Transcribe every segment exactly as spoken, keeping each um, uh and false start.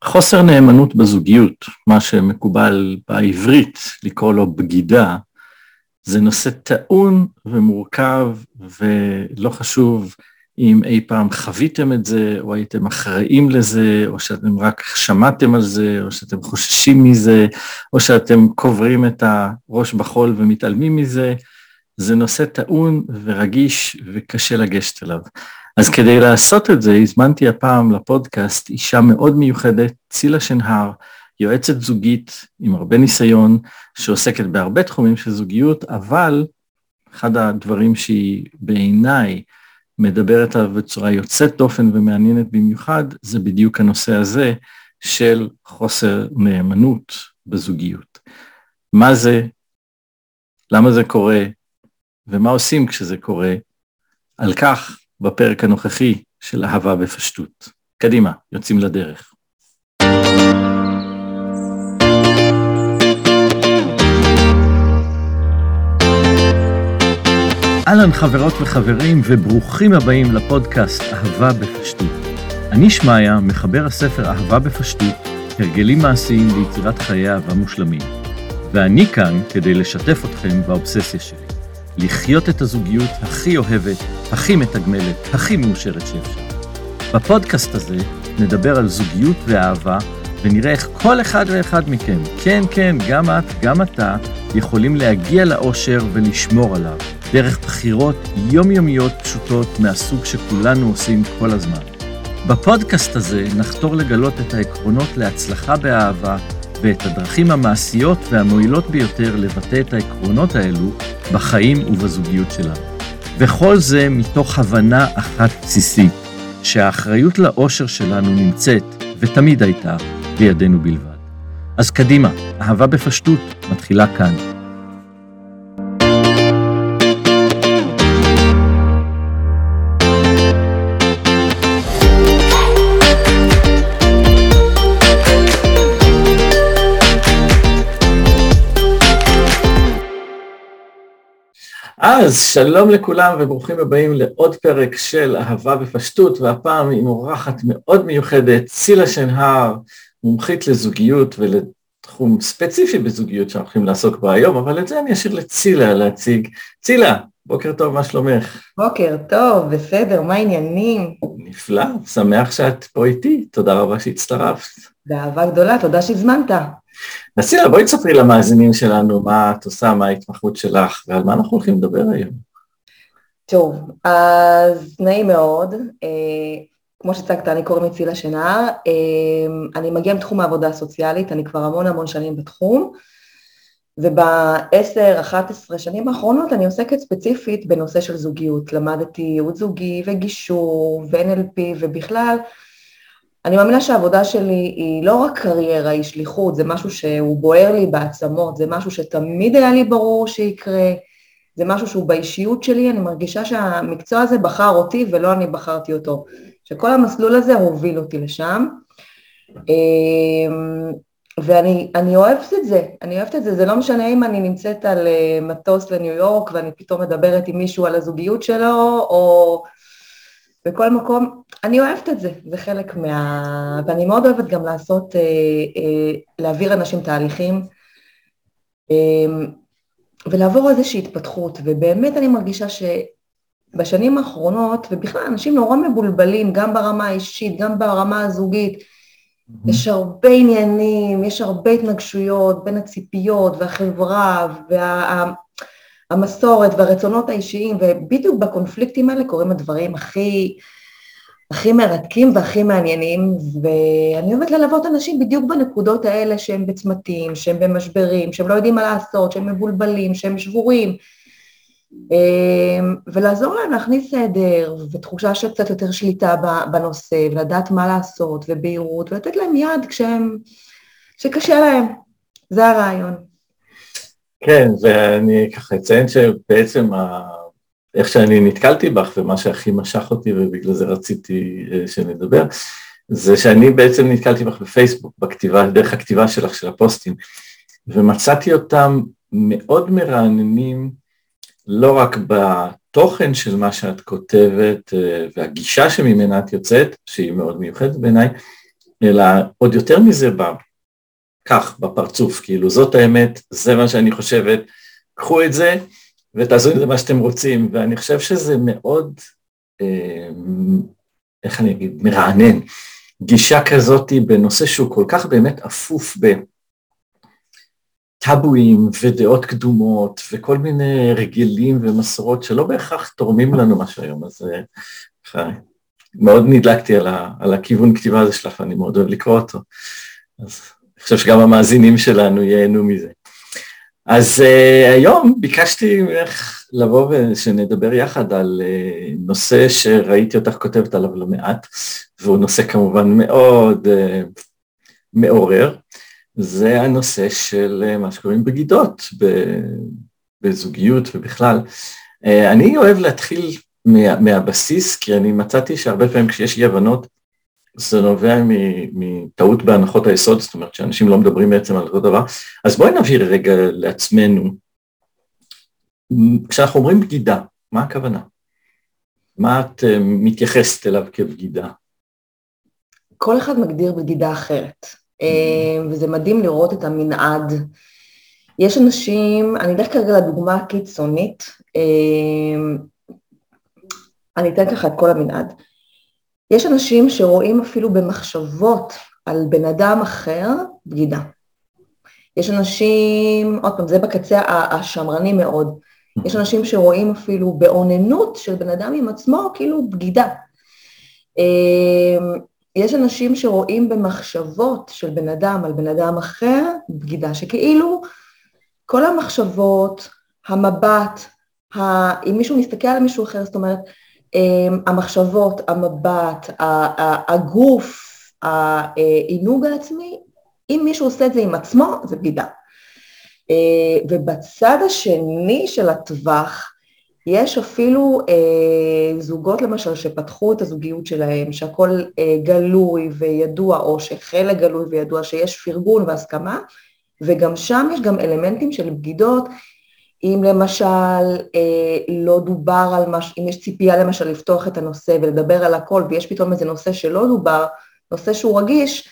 חוסר נאמנות בזוגיות, מה שמקובל בעברית לקרוא לו בגידה, זה נושא טעון ומורכב, ולא חשוב אם אי פעם חוויתם את זה, או הייתם אחראים לזה, או שאתם רק שמעתם על זה, או שאתם חוששים מזה, או שאתם קוברים את הראש בחול ומתעלמים מזה. זה נושא טעון ורגיש וקשה לגשת אליו. אז כדי לעשות את זה, הזמנתי הפעם לפודקאסט אישה מאוד מיוחדת, צילה שנהר, יועצת זוגית עם הרבה ניסיון, שעוסקת בהרבה תחומים של זוגיות, אבל אחד הדברים שהיא בעיניי מדברת עליו בצורה יוצאת דופן ומעניינת במיוחד, זה בדיוק הנושא הזה של חוסר נאמנות בזוגיות. מה זה? למה זה קורה? ומה עושים כשזה קורה? על כך בפרק הנוכחי של אהבה בפשטות. קדימה, יוצאים לדרך. אהלן חברות וחברים וברוכים הבאים לפודקאסט אהבה בפשטות. אני שמעיה, מחבר הספר אהבה בפשטות, הרגלים מעשיים ליצירת חיי אהבה מושלמים. ואני כאן כדי לשתף אתכם באובססיה שלי. לחיות את הזוגיות הכי אוהבת, הכי מתגמלת, הכי מאושרת שאפשר. בפודקאסט הזה נדבר על זוגיות ואהבה, ונראה איך כל אחד ואחד מכם, כן, כן, גם את, גם אתה, יכולים להגיע לאושר ולשמור עליו, דרך בחירות יומיומיות פשוטות מהסוג שכולנו עושים כל הזמן. בפודקאסט הזה נחתור לגלות את העקרונות להצלחה באהבה, ואת הדרכים המעשיות והמועילות ביותר לבטא את העקרונות האלו בחיים ובזוגיות שלנו. וכל זה מתוך הבנה אחת בסיסית, שהאחריות לאושר שלנו נמצאת ותמיד הייתה בידינו בלבד. אז קדימה, אהבה בפשטות מתחילה כאן. אז שלום לכולם וברוכים הבאים לעוד פרק של אהבה בפשטות, והפעם עם אורחת מאוד מיוחדת, צילה שנהר, מומחית לזוגיות ולתחום ספציפי בזוגיות שאנחנו הולכים לעסוק בה היום, אבל את זה אני אשאיר לצילה להציג. צילה, בוקר טוב, מה שלומך? בוקר טוב, בסדר, מה העניינים? נפלא, שמח שאת פה איתי, תודה רבה שהצטרפת. באהבה גדולה, תודה שהזמנת. אז צילה, בואי תספרי למאזינים שלנו מה את עושה, מה ההתמחות שלך, ועל מה אנחנו הולכים לדבר היום. טוב, אז נעים מאוד, אה, כמו שצגת, אני קוראים לי צילה שנהר, אה, אני מגיעה מתחום העבודה הסוציאלית, אני כבר המון המון שנים בתחום, וב-עשר אחת עשרה שנים האחרונות אני עוסקת ספציפית בנושא של זוגיות, למדתי ייעוץ זוגי וגישור ו-אן אל פי ובכלל, אני מאמינה שהעבודה שלי היא לא רק קריירה, היא שליחות, זה משהו שהוא בוער לי בעצמות, זה משהו שתמיד היה לי ברור שיקרה, זה משהו שהוא באישיות שלי, אני מרגישה שהמקצוע הזה בחר אותי ולא אני בחרתי אותו, שכל המסלול הזה הוביל אותי לשם, ואני אני אוהבת את זה, אני אוהבת את זה, זה לא משנה אם אני נמצאת על מטוס לניו יורק ואני פתאום מדברת עם מישהו על הזוגיות שלו, או בכל מקום, אני אוהבת את זה, זה חלק מה... ואני מאוד אוהבת גם לעשות, אה, אה, להעביר אנשים תהליכים, אה, ולעבור איזושהי התפתחות, ובאמת אני מרגישה שבשנים האחרונות, ובכלל אנשים נורא מבולבלים, גם ברמה האישית, גם ברמה הזוגית, mm-hmm. יש הרבה עניינים, יש הרבה התנגשויות בין הציפיות והחברה, וה... המסורת והרצונות האישיים, ובדיוק בקונפליקטים האלה קוראים הדברים הכי, הכי מרתקים והכי מעניינים, ואני אוהבת ללוות אנשים בדיוק בנקודות האלה שהם בצמתים, שהם במשברים, שהם לא יודעים מה לעשות, שהם מבולבלים, שהם שבורים, ולעזור להם להכניס סדר ותחושה של קצת יותר שליטה בנושא, ולדעת מה לעשות ובהירות, ולתת להם יד כשהם, שקשה להם, זה הרעיון. כן, ואני ככה אציין שבעצם ה... איך שאני נתקלתי בך ומה שהכי משך אותי ובגלל זה רציתי שנדבר, זה שאני בעצם נתקלתי בך בפייסבוק, בכתיבה, דרך הכתיבה שלך של הפוסטים, ומצאתי אותם מאוד מרעננים, לא רק בתוכן של מה שאת כותבת והגישה שממנה את יוצאת, שהיא מאוד מיוחדת בעיניי, אלא עוד יותר מזה בא, כך, בפרצוף, כאילו, זאת האמת, זה מה שאני חושבת, קחו את זה, ותעשו את זה מה שאתם רוצים, ואני חושב שזה מאוד, אה, איך אני אגיד, מרענן, גישה כזאת בנושא שהוא כל כך באמת אפוף בטאבואים ודעות קדומות, וכל מיני רגלים ומסורות שלא בהכרח תורמים לנו משהו היום, אז אה, מאוד נדלקתי על, ה, על הכיוון כתיבה הזה שלך, ואני מאוד אוהב לקרוא אותו, אז אני חושב שגם המאזינים שלנו ייהנו מזה. אז uh, היום ביקשתי ממך לבוא ושנדבר יחד על uh, נושא שראיתי אותך כותבת עליו לא מעט, והוא נושא כמובן מאוד uh, מעורר, זה הנושא של uh, מה שקוראים בגידות, בזוגיות ובכלל. Uh, אני אוהב להתחיל מה, מהבסיס, כי אני מצאתי שהרבה פעמים כשיש אי הבנות, זה נובע מטעות בהנחות היסוד, זאת אומרת שאנשים לא מדברים בעצם על אותו דבר, אז בואי נבהיר רגע לעצמנו, כשאנחנו אומרים בגידה, מה הכוונה? מה את מתייחסת אליו כבגידה? כל אחד מגדיר בגידה אחרת, וזה מדהים לראות את המנעד. יש אנשים, אני אדרך כרגע לדוגמה הקיצונית, אני אתן ככה את כל המנעד, יש אנשים שרואים אפילו במחשבות על בן אדם אחר בגידה. יש אנשים, עוד פעם, זה בקצה השמרני מאוד, יש אנשים שרואים אפילו בעוננות של בן אדם עם עצמו כאילו בגידה. יש אנשים שרואים במחשבות של בן אדם על בן אדם אחר בגידה, שכאילו כל המחשבות, המבט, אם מישהו מסתכל על מישהו אחר, זאת אומרת, המחשבות, המבט, הגוף, העינוג העצמי, אם מישהו עושה את זה עם עצמו, זה בגידה. ובצד השני של הטווח, יש אפילו זוגות למשל שפתחו את הזוגיות שלהם, שהכל גלוי וידוע, או שחלק גלוי וידוע, שיש פרגון והסכמה, וגם שם יש גם אלמנטים של בגידות, אם למשל אה, לא דובר על מש... אם יש ציפייה למשל לפתוח את הנושא ולדבר על הכל, ויש פתאום איזה נושא שלא דובר, נושא שהוא רגיש,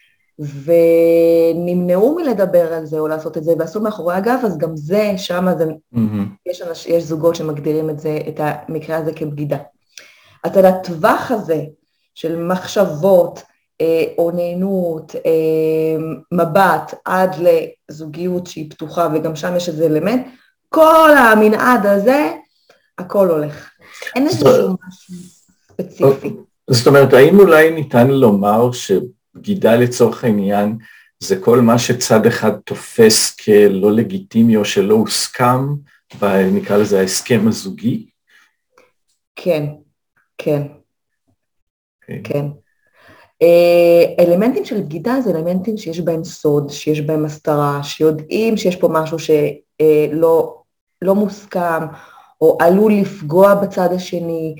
ונמנעו מלדבר על זה או לעשות את זה, ועשו מאחורי הגב, אז גם זה, שם זה, mm-hmm. יש, אנש... יש זוגות שמגדירים את זה, את המקרה הזה כבגידה. אז על הטווח הזה של מחשבות, עוננות, מבט, עד לזוגיות שהיא פתוחה, וגם שם יש איזה אלמנט, כל המנעד הזה, הכל הולך. אין איזשהו משהו ספציפי. זאת אומרת, האם אולי ניתן לומר שבגידה לצורך העניין, זה כל מה שצד אחד תופס כלא לגיטימי, או שלא הוסכם, ונקרא לזה ההסכם הזוגי? כן, כן, כן. אלמנטים של בגידה זה אלמנטים שיש בהם סוד, שיש בהם הסתרה, שיודעים שיש פה משהו שלא לא מוסכם, או עלול לפגוע בצד השני.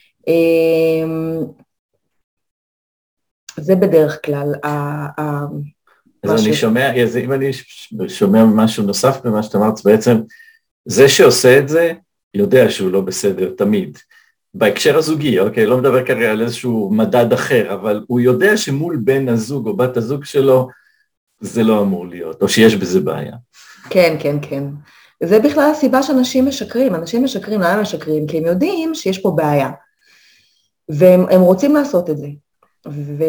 זה בדרך כלל. אז אני שומע, אם אני שומע משהו נוסף במה שאתה אמרת, בעצם זה שעושה את זה, יודע שהוא לא בסדר תמיד. בהקשר הזוגי, אוקיי, לא מדבר כרגע על איזשהו מדד אחר, אבל הוא יודע שמול בן הזוג או בת הזוג שלו, זה לא אמור להיות, או שיש בזה בעיה. כן, כן, כן. זה בכלל הסיבה שאנשים משקרים, אנשים משקרים, למה משקרים? כי הם יודעים שיש פה בעיה, והם הם רוצים לעשות את זה, ו...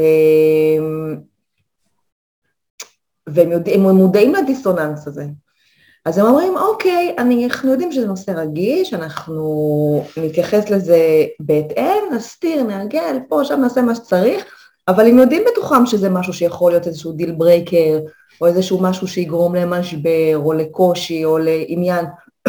והם יודעים, הם מודעים לדיסוננס הזה. אז הם אומרים, אוקיי, אנחנו יודעים שזה נושא רגיש, אנחנו נתייחס לזה בהתאם, נסתיר, נעגל, פה, שם נעשה מה שצריך, אבל הם יודעים בתוכם שזה משהו שיכול להיות איזשהו דיל ברייקר, או איזשהו משהו שיגרום למשבר, או לקושי, או לעניין.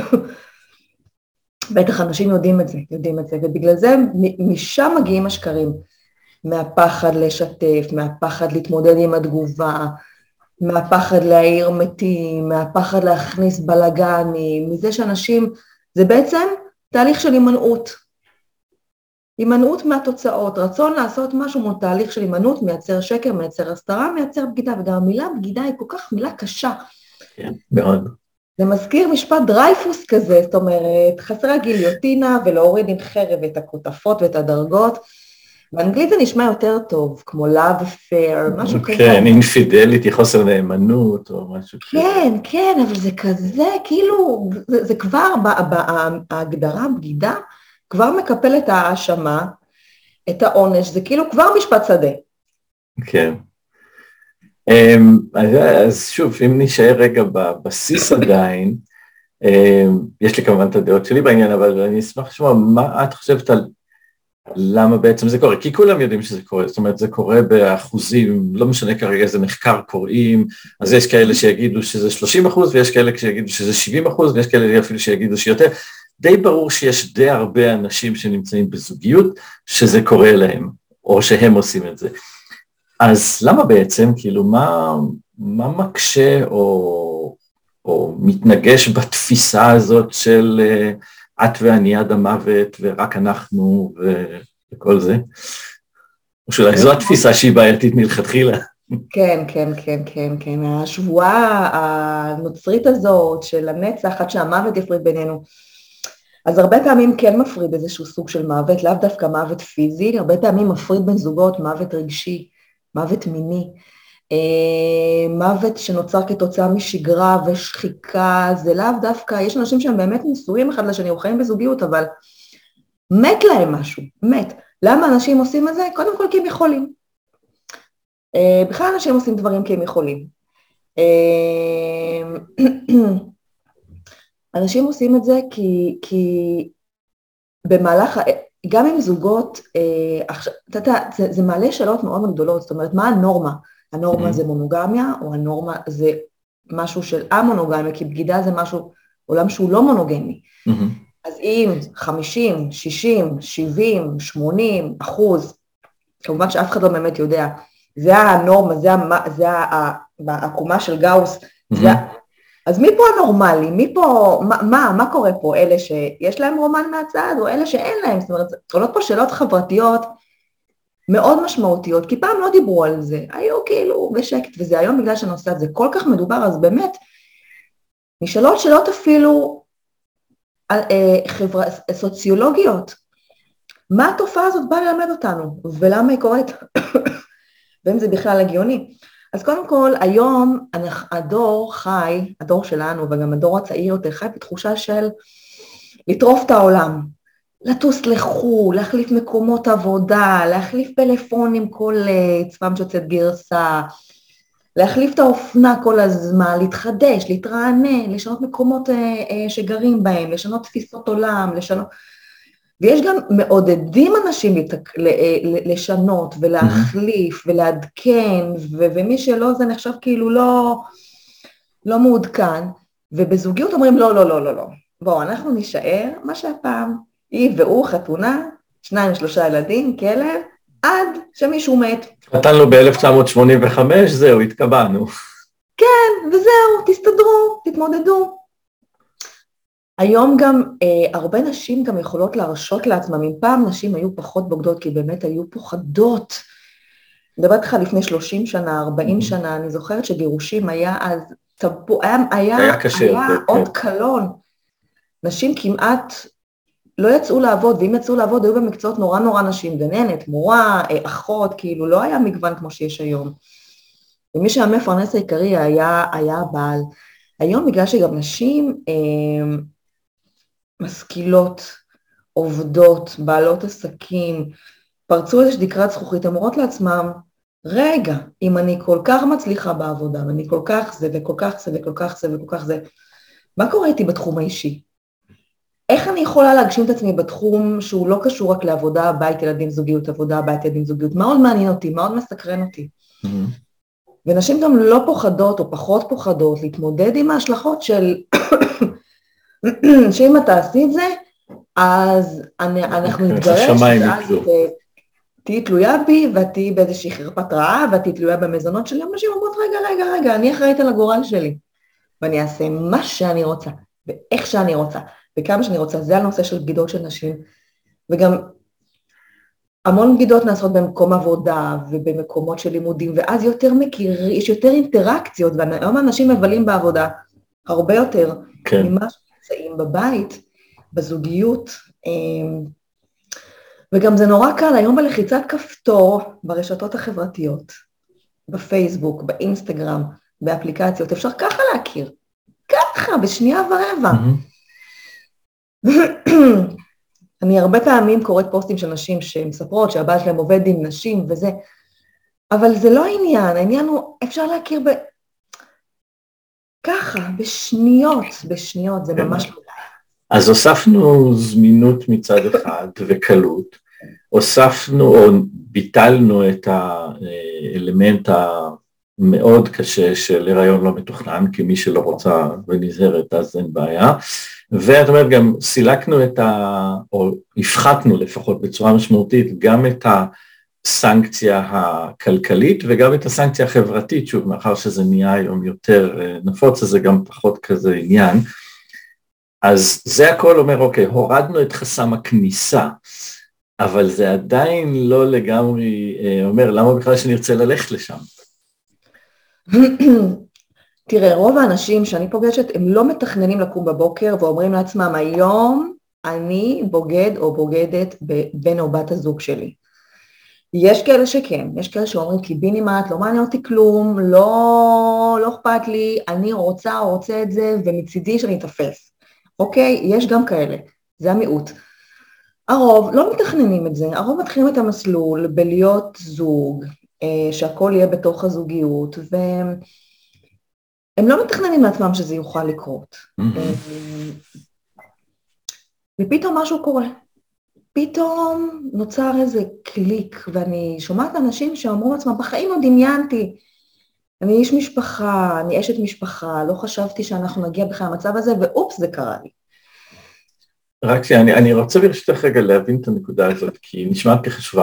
בטח אנשים יודעים את זה, יודעים את זה, ובגלל זה משם מגיעים השקרים, מהפחד לשתף, מהפחד להתמודד עם התגובה, מהפחד להעיר מתים, מהפחד להכניס בלגנים, מזה שאנשים, זה בעצם תהליך של הימנעות. הימנעות מהתוצאות, רצון לעשות משהו כמו תהליך של הימנעות, מייצר שקר, מייצר הסתרה, מייצר בגידה, וגם המילה בגידה היא כל כך מילה קשה. כן, מאוד. זה מזכיר משפט דרייפוס כזה, זאת אומרת, חסרה גיליוטינה ולהוריד עם חרב את הכותפות ואת הדרגות, באנגלית זה נשמע יותר טוב, כמו love affair, משהו כזה. כן, infidelity, חוסר נאמנות או משהו כזה. כן, כן, אבל זה כזה, כאילו, זה, זה כבר, בהגדרה בגידה, כבר מקפל את האשמה, את העונש, זה כאילו כבר משפט שדה. כן. אז שוב, אם נשאר רגע בבסיס עדיין, יש לי כמובן את הדעות שלי בעניין, אבל אני אשמח לשמוע, מה את חושבת על למה בעצם זה קורה? כי כולם יודעים שזה קורה, זאת אומרת, זה קורה באחוזים, לא משנה כרגע איזה מחקר קוראים, אז יש כאלה שיגידו שזה שלושים אחוז, ויש כאלה שיגידו שזה שבעים אחוז, ויש כאלה אפילו שיגידו שיותר. די ברור שיש די הרבה אנשים שנמצאים בזוגיות, שזה קורה להם, או שהם עושים את זה. אז למה בעצם, כאילו, מה, מה מקשה או, או מתנגש בתפיסה הזאת של את ואני עד המוות, ורק אנחנו וכל זה? או שאולי זו התפיסה שהיא בעייתית מלכתחילה. כן, כן, כן, כן, כן. השבועה הנוצרית הזאת של הנצח, עד שהמוות יפריד בינינו. אז הרבה פעמים כן מפריד איזשהו סוג של מוות, לאו דווקא מוות פיזי, הרבה פעמים מפריד בין זוגות מוות רגשי, מוות מיני, מוות שנוצר כתוצאה משגרה ושחיקה, זה לאו דווקא, יש אנשים שהם באמת נשואים אחד לשני, או חיים בזוגיות, אבל מת להם משהו, מת. למה אנשים עושים את זה? קודם כל כי הם יכולים. בכלל אנשים עושים דברים כי הם יכולים. אנשים עושים את זה כי, כי במהלך, גם עם זוגות, אתה יודע, זה, זה מעלה שאלות מאוד מאוד גדולות, זאת אומרת, מה הנורמה? הנורמה זה מונוגמיה, או הנורמה זה משהו של המונוגמיה, כי בגידה זה משהו, עולם שהוא לא מונוגמי. אז אם חמישים, שישים, שבעים, שמונים אחוז, כמובן שאף אחד לא באמת יודע, זה הנורמה, זה, זה העקומה של גאוס, זה, אז מי פה הנורמלי? מי פה, מה, מה, מה קורה פה? אלה שיש להם רומן מהצד, או אלה שאין להם? זאת אומרת, עולות פה שאלות חברתיות מאוד משמעותיות, כי פעם לא דיברו על זה, היו כאילו בשקט, וזה היום בגלל שהנושא הזה כל כך מדובר, אז באמת, נשאלות שאלות אפילו על, אה, חברה, סוציולוגיות, מה התופעה הזאת באה ללמד אותנו, ולמה היא קורית, ואם זה בכלל הגיוני. אז קודם כל, היום הדור חי, הדור שלנו וגם הדור הצעיר יותר חי בתחושה של לטרוף את העולם, לטוס לחו"ל, להחליף מקומות עבודה, להחליף פלאפונים כל פעם שיוצאת גרסה, להחליף את האופנה כל הזמן, להתחדש, להתרענן, לשנות מקומות שגרים בהם, לשנות תפיסות עולם, לשנות... ויש גם מעודדים אנשים לתק... לשנות ולהחליף ולעדכן, ו... ומי שלא זה נחשב כאילו לא, לא מעודכן, ובזוגיות אומרים לא, לא, לא, לא, לא. בואו, אנחנו נשאר מה שהפעם, היא והוא חתונה, שניים, שלושה ילדים, כלב, עד שמישהו מת. חתנו ב-אלף תשע מאות שמונים וחמש, זהו, התקבענו. כן, וזהו, תסתדרו, תתמודדו. היום גם, אה, הרבה נשים גם יכולות להרשות לעצמם, אם פעם נשים היו פחות בוגדות, כי באמת היו פוחדות. מדברת לך לפני שלושים שנה, ארבעים שנה, אני זוכרת שגירושים היה אז, טבו, היה, היה, היה קשה. היה עוד קלון. נשים כמעט לא יצאו לעבוד, ואם יצאו לעבוד, היו במקצועות נורא נורא נשים, גננת, מורה, אחות, כאילו לא היה מגוון כמו שיש היום. ומי שהמפרנס העיקרי היה, היה הבעל. היום בגלל שגם נשים, אה, משכילות, עובדות, בעלות עסקים, פרצו איזושהי דקרת זכוכית, אמורות לעצמם, רגע, אם אני כל כך מצליחה בעבודה, ואני כל כך זה וכל כך זה וכל כך זה וכל כך זה, מה קורה איתי בתחום האישי? איך אני יכולה להגשים את עצמי בתחום שהוא לא קשור רק לעבודה, בית ילדים זוגיות, עבודה, בית ילדים זוגיות, מה עוד מעניין אותי, מה עוד מסקרן אותי? ונשים גם לא פוחדות או פחות פוחדות להתמודד עם ההשלכות של... שאם אתה עשי את זה, אז אני, אנחנו נתגרש, ואז תהיי תלויה בי, ותהיי באיזושהי חרפת רעה, ותהיי תלויה במזונות שלי, אנשים אומרות, רגע, רגע, רגע, אני אחראית על הגורל שלי, ואני אעשה מה שאני רוצה, ואיך שאני רוצה, וכמה שאני רוצה, זה הנושא של בגידות של נשים, וגם המון בגידות נעשות במקום עבודה, ובמקומות של לימודים, ואז יותר מכיר, יש יותר אינטראקציות, והיום אנשים מבלים בעבודה, הרבה יותר, כן. ממה נמצאים בבית, בזוגיות, וגם זה נורא קל, היום בלחיצת כפתור, ברשתות החברתיות, בפייסבוק, באינסטגרם, באפליקציות, אפשר ככה להכיר, ככה, בשנייה ורבע. אני הרבה פעמים קוראת פוסטים של נשים שמספרות שהבעל שלהם עובד עם נשים וזה, אבל זה לא העניין, העניין הוא, אפשר להכיר ב... ככה, בשניות, בשניות, זה ממש לא... אז הוספנו זמינות מצד אחד וקלות, הוספנו או ביטלנו את האלמנט המאוד קשה של הריון לא מתוכנן, כי מי שלא רוצה ונזהרת אז אין בעיה, ואת אומרת גם סילקנו את ה... או הפחתנו לפחות בצורה משמעותית גם את הסנקציה הכלכלית וגם את הסנקציה החברתית, שוב מאחר שזה נהיה היום יותר נפוץ, אז זה גם פחות כזה עניין, אז זה הכל אומר, אוקיי, הורדנו את חסם הכניסה, אבל זה עדיין לא לגמרי אומר, למה בכלל שנרצה ללכת לשם? תראה, רוב האנשים שאני פוגשת, הם לא מתכננים לקום בבוקר, ואומרים לעצמם, היום אני בוגד או בוגדת בבן או בת הזוג שלי. יש כאלה שכן, יש כאלה שאומרים, קיבינימט, לא מעניין אותי כלום, לא, לא אכפת לי, אני רוצה או רוצה את זה, ומצידי שאני אתאפס. אוקיי, יש גם כאלה, זה המיעוט. הרוב לא מתכננים את זה, הרוב מתחילים את המסלול בלהיות זוג, שהכל יהיה בתוך הזוגיות, והם לא מתכננים לעצמם שזה יוכל לקרות. ופתאום משהו קורה. פתאום נוצר איזה קליק, ואני שומעת אנשים שאומרו לעצמם, בחיים לא דמיינתי, אני איש משפחה, אני אשת משפחה, לא חשבתי שאנחנו נגיע בכלל למצב הזה, ואופס, זה קרה לי. רק שאני אני רוצה ברשותך רגע להבין את הנקודה הזאת, כי היא נשמעת כחשובה.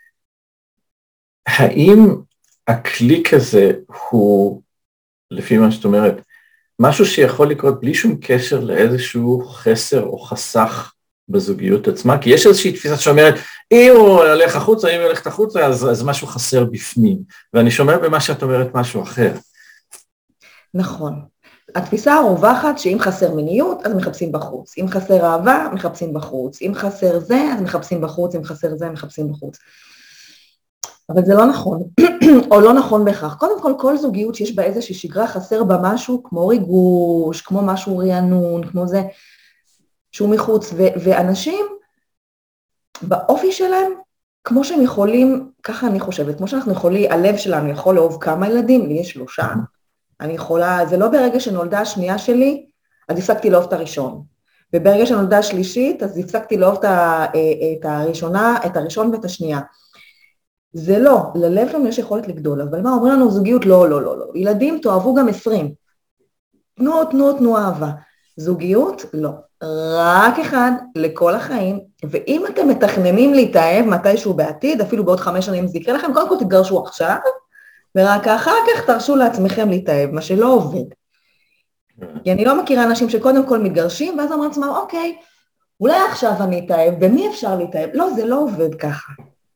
האם הקליק הזה הוא, לפי מה שאת אומרת, משהו שיכול לקרות בלי שום קשר לאיזשהו חסר או חסך בזוגיות עצמה? כי יש איזושהי תפיסה שאומרת, אם הוא הולך החוצה, אם הוא הולך החוצה, אז, אז משהו חסר בפנים. ואני שומע במה שאת אומרת משהו אחר. נכון. התפיסה הרווחת שאם חסר מיניות, אז מחפשים בחוץ. אם חסר אהבה, מחפשים בחוץ. אם חסר זה, אז מחפשים בחוץ. אם חסר זה, מחפשים בחוץ. אבל זה לא נכון, או לא נכון בהכרח. קודם כל, כל זוגיות שיש בה איזושהי שגרה חסר בה משהו, כמו ריגוש, כמו משהו רענון, כמו זה, שהוא מחוץ. ו- ואנשים, באופי שלהם, כמו שהם יכולים, ככה אני חושבת, כמו שאנחנו יכולים, הלב שלנו יכול לאהוב כמה ילדים, לי יש שלושה, אני יכולה, זה לא ברגע שנולדה השנייה שלי, אז הפסקתי לאהוב את הראשון. וברגע שנולדה השלישית, אז הפסקתי לאהוב את הראשונה, את הראשון ואת השנייה. זה לא, ללב שלנו יש יכולת לגדול, אבל מה, אומרים לנו זוגיות? לא, לא, לא, לא. ילדים תאהבו גם עשרים. תנו, תנו, תנו אהבה. זוגיות? לא. רק אחד לכל החיים, ואם אתם מתכננים להתאהב מתישהו בעתיד, אפילו בעוד חמש שנים זה יקרה לכם, קודם כל תתגרשו עכשיו, ורק אחר כך תרשו לעצמכם להתאהב, מה שלא עובד. כי אני לא מכירה אנשים שקודם כל מתגרשים, ואז אומרים לעצמם, אוקיי, אולי עכשיו אני אתאהב, במי אפשר להתאהב? לא, זה לא עובד ככה.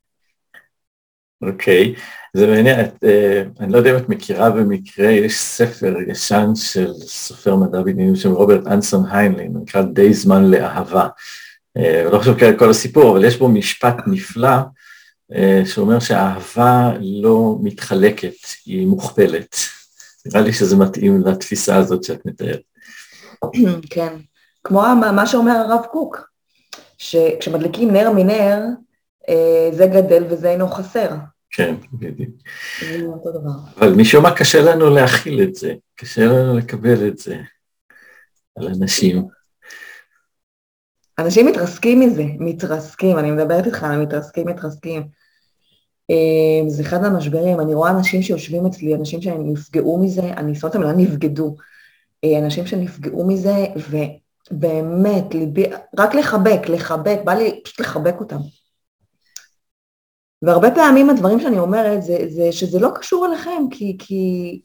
אוקיי, זה מעניין, אני לא יודע אם את מכירה במקרה, יש ספר ישן של סופר מדע בדיוני של רוברט אנסון היינליין, נקרא די זמן לאהבה. לא חושב כאלה כל הסיפור, אבל יש בו משפט נפלא, שאומר שהאהבה לא מתחלקת, היא מוכפלת. נראה לי שזה מתאים לתפיסה הזאת שאת מתארת. כן, כמו מה שאומר הרב קוק, שכשמדליקים נר מנר, זה גדל וזה אינו חסר. כן, בדיוק. זה אותו דבר. אבל משום מה קשה לנו להכיל את זה, קשה לנו לקבל את זה על אנשים. אנשים מתרסקים מזה, מתרסקים, אני מדברת איתך, הם מתרסקים, מתרסקים. זה אחד המשברים, אני רואה אנשים שיושבים אצלי, אנשים שנפגעו מזה, אני שונאת אותם, לא נפגדו. אנשים שנפגעו מזה, ובאמת, ליבי, רק לחבק, לחבק, בא לי פשוט לחבק אותם. והרבה פעמים הדברים שאני אומרת, זה, זה שזה לא קשור אליכם, כי, כי,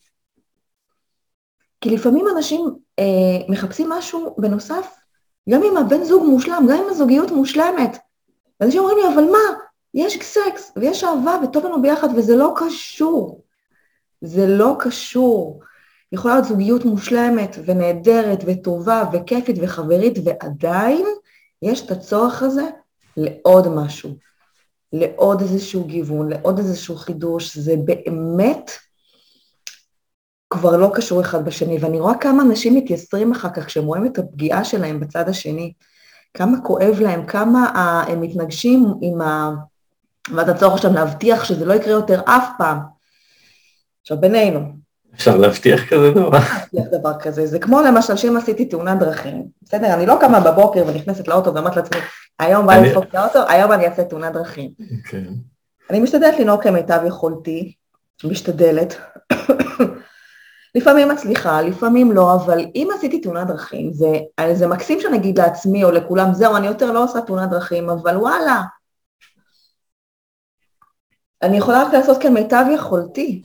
כי לפעמים אנשים אה, מחפשים משהו בנוסף, גם אם הבן זוג מושלם, גם אם הזוגיות מושלמת. אנשים אומרים לי, אבל מה? יש סקס ויש אהבה וטוב לנו ביחד, וזה לא קשור. זה לא קשור. יכולה להיות זוגיות מושלמת ונהדרת וטובה וכיפית וחברית, ועדיין יש את הצורך הזה לעוד משהו. לעוד איזשהו גיוון, לעוד איזשהו חידוש, זה באמת כבר לא קשור אחד בשני, ואני רואה כמה אנשים מתייסרים אחר כך, כשהם רואים את הפגיעה שלהם בצד השני, כמה כואב להם, כמה הם מתנגשים עם ה... ואז הצורך שם להבטיח שזה לא יקרה יותר אף פעם. עכשיו בינינו. אפשר להבטיח כזה דבר? להבטיח דבר כזה, זה כמו למשל שאם עשיתי תאונת דרכים, בסדר, אני לא קמה בבוקר ונכנסת לאוטו ואמרת לעצמי, היום בא לדפוק את האוטו, היום אני אעשה תאונת דרכים. אני משתדלת לנהוג כמיטב יכולתי, משתדלת, לפעמים מצליחה, לפעמים לא, אבל אם עשיתי תאונת דרכים, זה, זה מקסים שנגיד לעצמי או לכולם, זהו, אני יותר לא עושה תאונת דרכים, אבל וואלה, אני יכולה רק לעשות כמיטב יכולתי,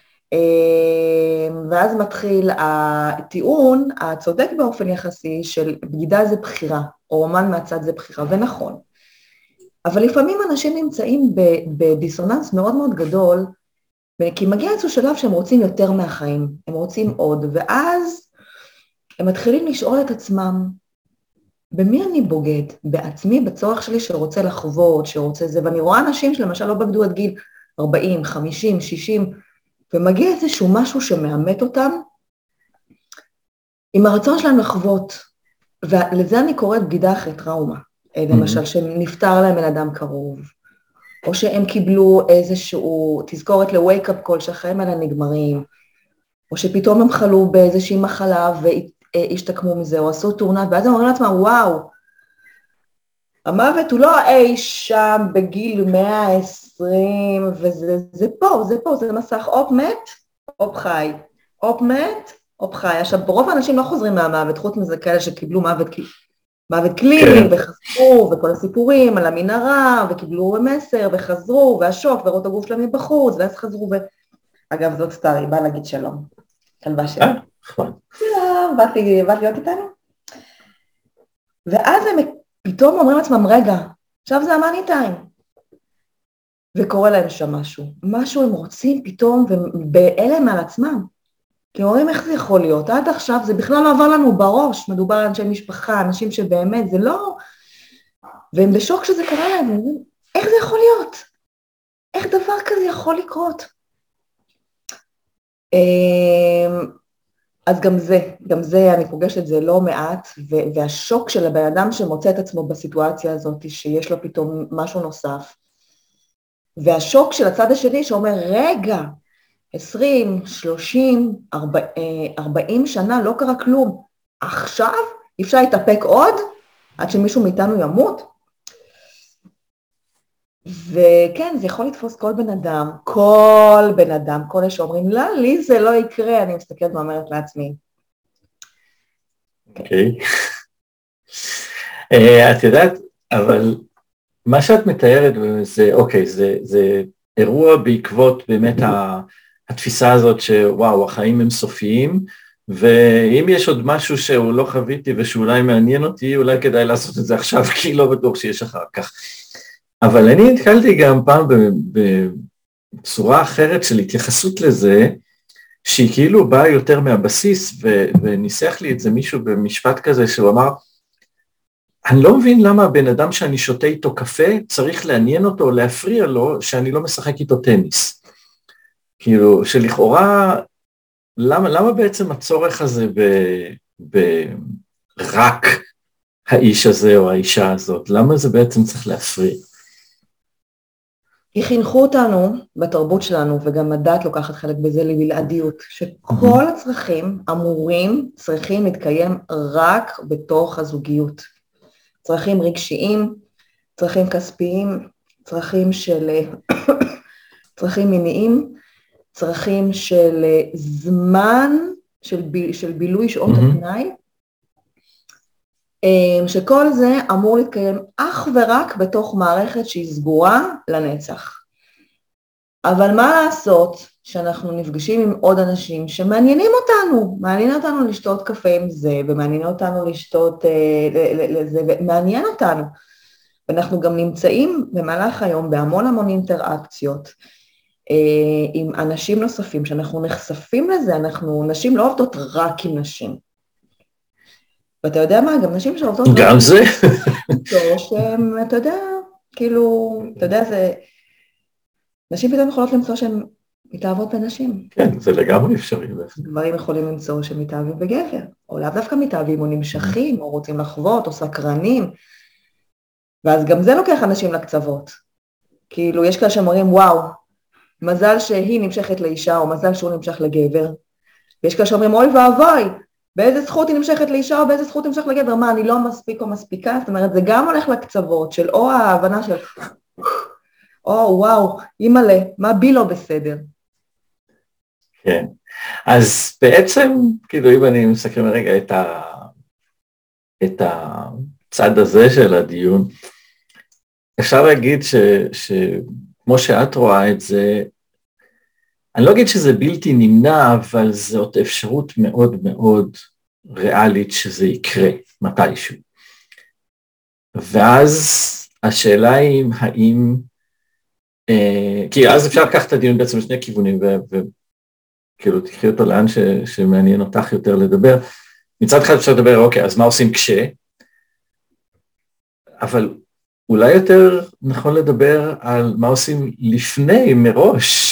ואז מתחיל הטיעון הצודק באופן יחסי של בגידה זה בחירה, או אומן מהצד זה בחירה, ונכון. אבל לפעמים אנשים נמצאים בדיסוננס מאוד מאוד גדול, כי מגיע איזשהו שלב שהם רוצים יותר מהחיים, הם רוצים עוד, ואז הם מתחילים לשאול את עצמם, במי אני בוגד? בעצמי, בצורך שלי שרוצה לחוות, שרוצה זה, ואני רואה אנשים שלמשל לא בגדו עד גיל ארבעים, חמישים, שישים, ומגיע איזשהו משהו שמאמת אותם, עם הרצון שלהם לחוות, ולזה אני קוראת בגידה אחרי טראומה, למשל שנפטר להם בן אדם קרוב, או שהם קיבלו איזשהו תזכורת ל-wake up call שהחיים האלה נגמרים, או שפתאום הם חלו באיזושהי מחלה והשתקמו מזה, או עשו תאונה, ואז הם אומרים לעצמם, וואו, המוות הוא לא אי שם בגיל מאה ועשרים, וזה זה פה, זה פה, זה מסך, אופ מת, אופ חי, אופ מת, אופ חי. עכשיו, ברוב האנשים לא חוזרים מהמוות, חוץ מזה כאלה שקיבלו מוות, מוות קליני, וחזרו, וכל הסיפורים על המנהרה, וקיבלו מסר, וחזרו, והשוק, וראו את הגוף שלהם מבחוץ, ואז חזרו, ו... אגב, זאת סטארי, באה להגיד שלום. כלבה שלי. אה, נכון. שלום, באת להיות איתנו? ואז הם פתאום אומרים לעצמם, רגע, עכשיו זה המאני טיים. וקורה להם שם משהו. משהו הם רוצים פתאום, ובאלם על עצמם. כי אומרים איך זה יכול להיות, עד עכשיו זה בכלל לא עבר לנו בראש, מדובר על אנשי משפחה, אנשים שבאמת, זה לא, והם בשוק שזה קרה להם, אומרים, איך זה יכול להיות? איך דבר כזה יכול לקרות? אז גם זה, גם זה, אני פוגשת את זה לא מעט, והשוק של הבן אדם שמוצא את עצמו בסיטואציה הזאת, שיש לו פתאום משהו נוסף, והשוק של הצד השני שאומר, רגע, עשרים, שלושים, ארבעים שנה, לא קרה כלום. עכשיו אפשר להתאפק עוד עד שמישהו מאיתנו ימות. וכן, זה יכול לתפוס כל בן אדם, כל בן אדם, כל אלה שאומרים, לא, לי זה לא יקרה, אני מסתכלת ואומרת לעצמי. אוקיי. את יודעת, אבל מה שאת מתארת, זה, אוקיי, זה אירוע בעקבות באמת ה... התפיסה הזאת שוואו, החיים הם סופיים, ואם יש עוד משהו שהוא לא חוויתי ושאולי מעניין אותי, אולי כדאי לעשות את זה עכשיו, כי לא בטוח שיש אחר כך. אבל אני נתקלתי גם פעם בצורה אחרת של התייחסות לזה, שהיא כאילו באה יותר מהבסיס, וניסח לי את זה מישהו במשפט כזה, שהוא אמר, אני לא מבין למה הבן אדם שאני שותה איתו קפה, צריך לעניין אותו או להפריע לו, שאני לא משחק איתו טניס. כאילו, שלכאורה, למה, למה בעצם הצורך הזה ב, ברק האיש הזה או האישה הזאת? למה זה בעצם צריך להפריע? כי חינכו אותנו בתרבות שלנו, וגם הדת לוקחת חלק בזה לבלעדיות, שכל הצרכים אמורים, צריכים להתקיים רק בתוך הזוגיות. צרכים רגשיים, צרכים כספיים, צרכים של, צרכים מיניים, צרכים של זמן, של, ב, של בילוי שעות mm-hmm. הפנאי, שכל זה אמור להתקיים אך ורק בתוך מערכת שהיא סגורה לנצח. אבל מה לעשות שאנחנו נפגשים עם עוד אנשים שמעניינים אותנו, מעניין אותנו לשתות קפה עם זה, ומעניין אותנו לשתות לזה, ומעניין אותנו. ואנחנו גם נמצאים במהלך היום בהמון המון אינטראקציות, עם אנשים נוספים, שאנחנו נחשפים לזה, אנחנו, נשים לא עובדות רק עם נשים. ואתה יודע מה, גם נשים שעובדות... גם זה? שהם, אתה יודע, כאילו, אתה יודע, זה... נשים פתאום יכולות למצוא שהן מתאהבות בנשים. כן, זה לגמרי אפשרי. גברים יכולים למצוא שהם מתאהבים בגבר, או לאו דווקא מתאהבים, או נמשכים, או רוצים לחוות, או סקרנים. ואז גם זה לוקח אנשים לקצוות. כאילו, יש כאלה שאומרים, וואו, מזל שהיא נמשכת לאישה, או מזל שהוא נמשך לגבר. ויש כאלה שאומרים, אוי ואבוי, באיזה זכות היא נמשכת לאישה, או באיזה זכות היא נמשך לגבר, מה, אני לא מספיק או מספיקה? זאת אומרת, זה גם הולך לקצוות, של או ההבנה של, או וואו, אימא'לה, מה בי לא בסדר? כן, אז בעצם, כאילו, אם אני מסכם רגע את, ה... את הצד הזה של הדיון, אפשר להגיד ש... שכמו שאת רואה את זה, אני לא אגיד שזה בלתי נמנע, אבל זאת אפשרות מאוד מאוד ריאלית שזה יקרה מתישהו. ואז השאלה היא, האם, אה, כי אז אפשר לקחת את הדיון בעצם לשני כיוונים, וכאילו תקחי אותו לאן ש, שמעניין אותך יותר לדבר. מצד אחד אפשר לדבר, אוקיי, אז מה עושים כש? אבל אולי יותר נכון לדבר על מה עושים לפני, מראש.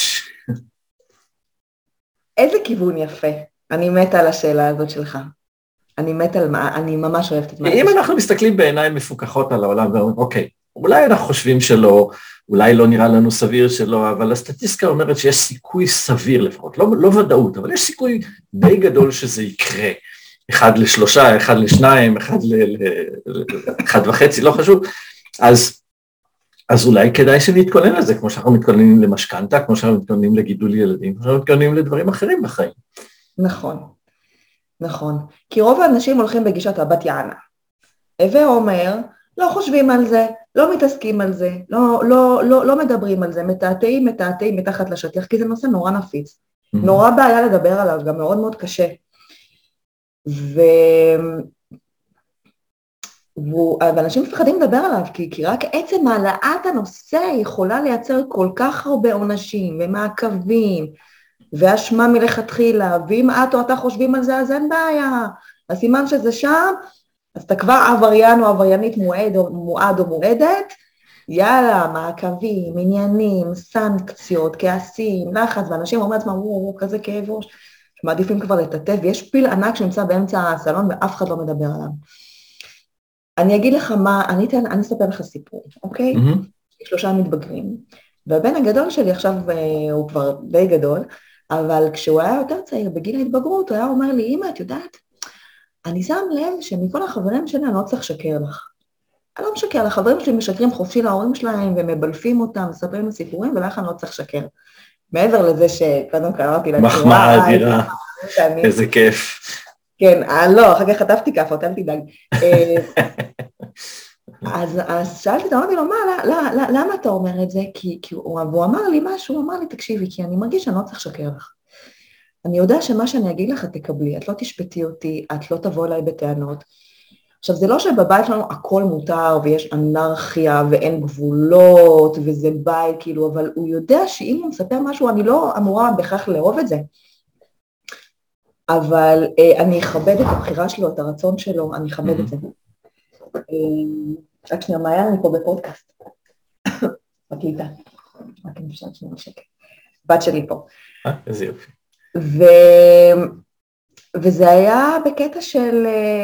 איזה כיוון יפה. אני מתה על השאלה הזאת שלך. אני מתה על מה, אני ממש אוהבת את מה. אם אנחנו מסתכלים בעיניים מפוקחות על העולם ואומרים, אוקיי, אולי אנחנו חושבים שלא, אולי לא נראה לנו סביר שלא, אבל הסטטיסטיקה אומרת שיש סיכוי סביר לפחות, לא, לא ודאות, אבל יש סיכוי די גדול שזה יקרה. אחד לשלושה, אחד לשניים, אחד ל... אחד וחצי, לא חשוב. אז, אז אולי כדאי שנתכונן לזה, כמו שאנחנו מתכוננים למשכנתה, כמו שאנחנו מתכוננים לגידול ילדים, כמו שאנחנו מתכוננים לדברים אחרים בחיים. נכון, נכון. כי רוב האנשים הולכים בגישת הבת יענה. הווה אומר, לא חושבים על זה, לא מתעסקים על זה, לא, לא, לא, לא מדברים על זה, מתעתעים, מתעתעים מתחת לשטיח, כי זה נושא נורא נפיץ. Mm-hmm. נורא בעיה לדבר עליו, גם מאוד מאוד קשה. ו... ואנשים מפחדים לדבר עליו, כי, כי רק עצם העלאת הנושא יכולה לייצר כל כך הרבה עונשים ומעקבים, והשמה מלכתחילה, ואם את או אתה חושבים על זה, אז אין בעיה. הסימן שזה שם, אז אתה כבר עבריין או עבריינית מועד או מועד או מועדת, יאללה, מעקבים, עניינים, סנקציות, כעסים, לחץ, ואנשים אומרים לעצמם, וואו, וואו, כזה כאב ראש, שמעדיפים כבר לטטף, ויש פיל ענק שנמצא באמצע הסלון ואף אחד לא מדבר עליו. אני אגיד לך מה, אני, אתן, אני אספר לך סיפור, אוקיי? Mm-hmm. שלושה מתבגרים, והבן הגדול שלי עכשיו, הוא כבר די גדול, אבל כשהוא היה יותר צעיר בגיל ההתבגרות, הוא היה אומר לי, אמא, את יודעת, אני שם לב שמכל החברים שלי אני לא צריך לשקר לך. אני לא משקר, החברים שלי משקרים חופשי להורים שלהם, ומבלפים אותם, מספרים סיפורים, ולך אני לא צריך לשקר. מעבר לזה שקודם קראתי להם, מחמאה אדירה, איזה כיף. כן, לא, אחר כך חטפתי כפות, אל תדאג. אז, אז שאלתי, אמרתי לו, מה, למה אתה אומר את זה? כי, כי הוא, הוא אמר לי משהו, הוא אמר לי, תקשיבי, כי אני מרגיש שאני לא צריך לשקר לך. אני יודע שמה שאני אגיד לך, את תקבלי, את לא תשפטי אותי, את לא תבוא אליי בטענות. עכשיו, זה לא שבבית שלנו הכל מותר, ויש אנרכיה, ואין גבולות, וזה בית, כאילו, אבל הוא יודע שאם הוא מספר משהו, אני לא אמורה בכך לאהוב את זה. אבל אה, אני אכבד את הבחירה שלו, את הרצון שלו, אני אכבד את זה. רק שנייה, מה היה? אני פה בפודקאסט. מקליטה. רק אני אפשר שנייה שקט. בת שלי פה. אה, איזה יופי. ו... וזה היה בקטע של...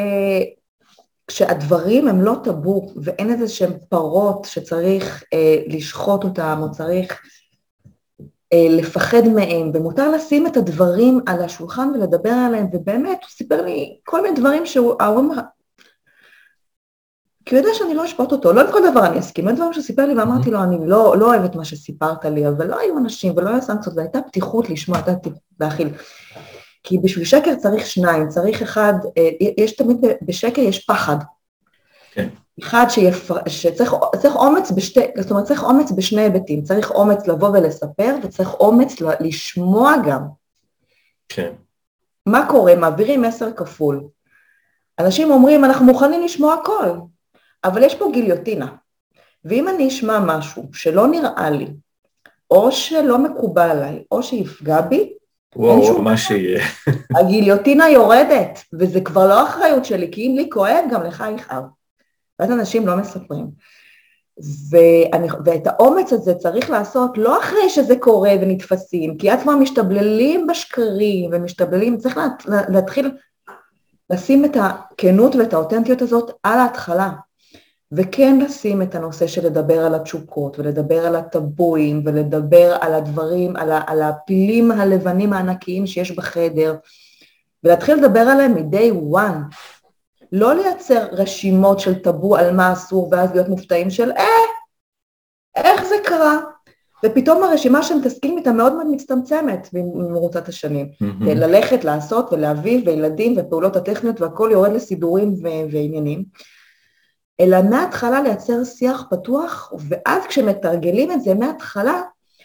כשהדברים הם לא טאבו, ואין איזה שהם פרות שצריך אה, לשחוט אותם, או צריך אה, לפחד מהם, ומותר לשים את הדברים על השולחן ולדבר עליהם, ובאמת הוא סיפר לי כל מיני דברים שההורים... כי הוא יודע שאני לא אשפוט אותו, לא עם כל דבר אני אסכים, אין דברים שסיפר לי ואמרתי לו, אני לא, לא אוהבת מה שסיפרת לי, אבל לא היו אנשים ולא היו סנקציות, והייתה פתיחות לשמוע, הייתה פתיחות להכיל. כי בשביל שקר צריך שניים, צריך אחד, יש תמיד בשקר יש פחד. כן. אחד שיפר, שצריך צריך אומץ בשתי, זאת אומרת צריך אומץ בשני היבטים, צריך אומץ לבוא ולספר, וצריך אומץ לשמוע גם. כן. מה קורה? מעבירים מסר כפול. אנשים אומרים, אנחנו מוכנים לשמוע הכל. אבל יש פה גיליוטינה, ואם אני אשמע משהו שלא נראה לי, או שלא מקובל עליי, או שיפגע בי, וואו, מה שיהיה. הגיליוטינה יורדת, וזה כבר לא אחריות שלי, כי אם לי כואב, גם לך יכאב. ואז אנשים לא מספרים. ואני, ואת האומץ הזה צריך לעשות לא אחרי שזה קורה ונתפסים, כי עצמם משתבללים בשקרים ומשתבללים, צריך לה, להתחיל לשים את הכנות ואת האותנטיות הזאת על ההתחלה, וכן לשים את הנושא של לדבר על התשוקות ולדבר על הטבואים ולדבר על הדברים, על, ה, על הפילים הלבנים הענקיים שיש בחדר, ולהתחיל לדבר עליהם מ-day one, לא לייצר רשימות של טבו על מה אסור, ואז להיות מופתעים של, אה, איך זה קרה? ופתאום הרשימה שמתעסקים איתה מאוד מאוד מצטמצמת במרוצת השנים. Mm-hmm. ללכת, לעשות ולהביא, וילדים ופעולות הטכניות, והכל יורד לסידורים ו- ועניינים. אלא מההתחלה לייצר שיח פתוח, ואז כשמתרגלים את זה מההתחלה,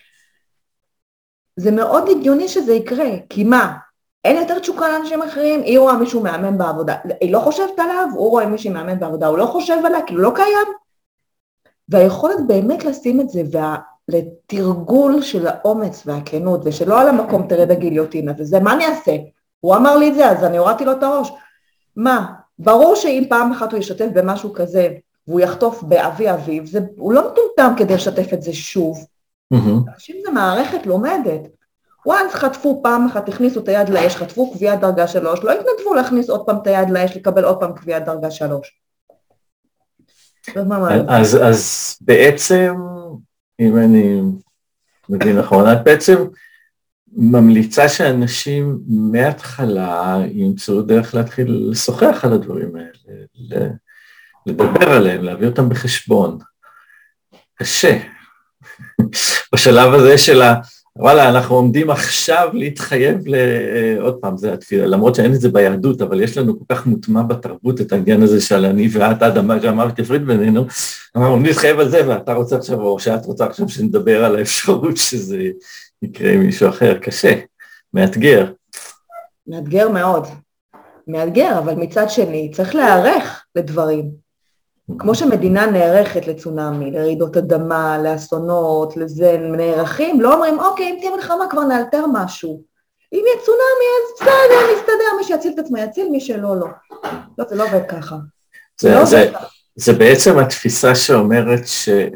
זה מאוד הגיוני שזה יקרה, כי מה? אין יותר תשוקה לאנשים אחרים, היא רואה מישהו מאמן בעבודה, היא לא חושבת עליו, הוא רואה מישהו מאמן בעבודה, הוא לא חושב עליה, כאילו לא קיים. והיכולת באמת לשים את זה, ולתרגול של האומץ והכנות, ושלא על המקום תרד הגיליוטינה, וזה מה אני אעשה? הוא אמר לי את זה, אז אני הורדתי לו את הראש. מה? ברור שאם פעם אחת הוא ישתף במשהו כזה, והוא יחטוף באבי אביו, זה, הוא לא מטומטם כדי לשתף את זה שוב. אנשים זה מערכת לומדת. וואנס חטפו פעם אחת, הכניסו את היד לאש, חטפו קביעת דרגה שלוש, לא התנדבו להכניס עוד פעם את היד לאש, לקבל עוד פעם קביעת דרגה שלוש. אז, אז בעצם, אם אני מבין נכון, את בעצם ממליצה שאנשים מההתחלה ימצאו דרך להתחיל לשוחח על הדברים האלה, לדבר עליהם, להביא אותם בחשבון. קשה. בשלב הזה של ה... וואלה, אנחנו עומדים עכשיו להתחייב לעוד פעם, זה התפילה, למרות שאין את זה ביהדות, אבל יש לנו כל כך מוטמע בתרבות את העניין הזה של אני ואת עד שאמרת תפריד בינינו, אמרנו להתחייב על זה, ואתה רוצה עכשיו, או שאת רוצה עכשיו שנדבר על האפשרות שזה יקרה עם מישהו אחר, קשה, מאתגר. מאתגר מאוד, מאתגר, אבל מצד שני צריך להיערך לדברים. כמו שמדינה נערכת לצונאמי, לרעידות אדמה, לאסונות, לזה נערכים, לא אומרים, אוקיי, אם תהיה מלחמה כבר נאלתר משהו. אם יהיה צונאמי, אז בסדר, נסתדר, מי שיציל את עצמו יציל, מי שלא, לא. לא, זה לא עובד ככה. זה, לא זה, עובד ככה. זה בעצם התפיסה שאומרת שאם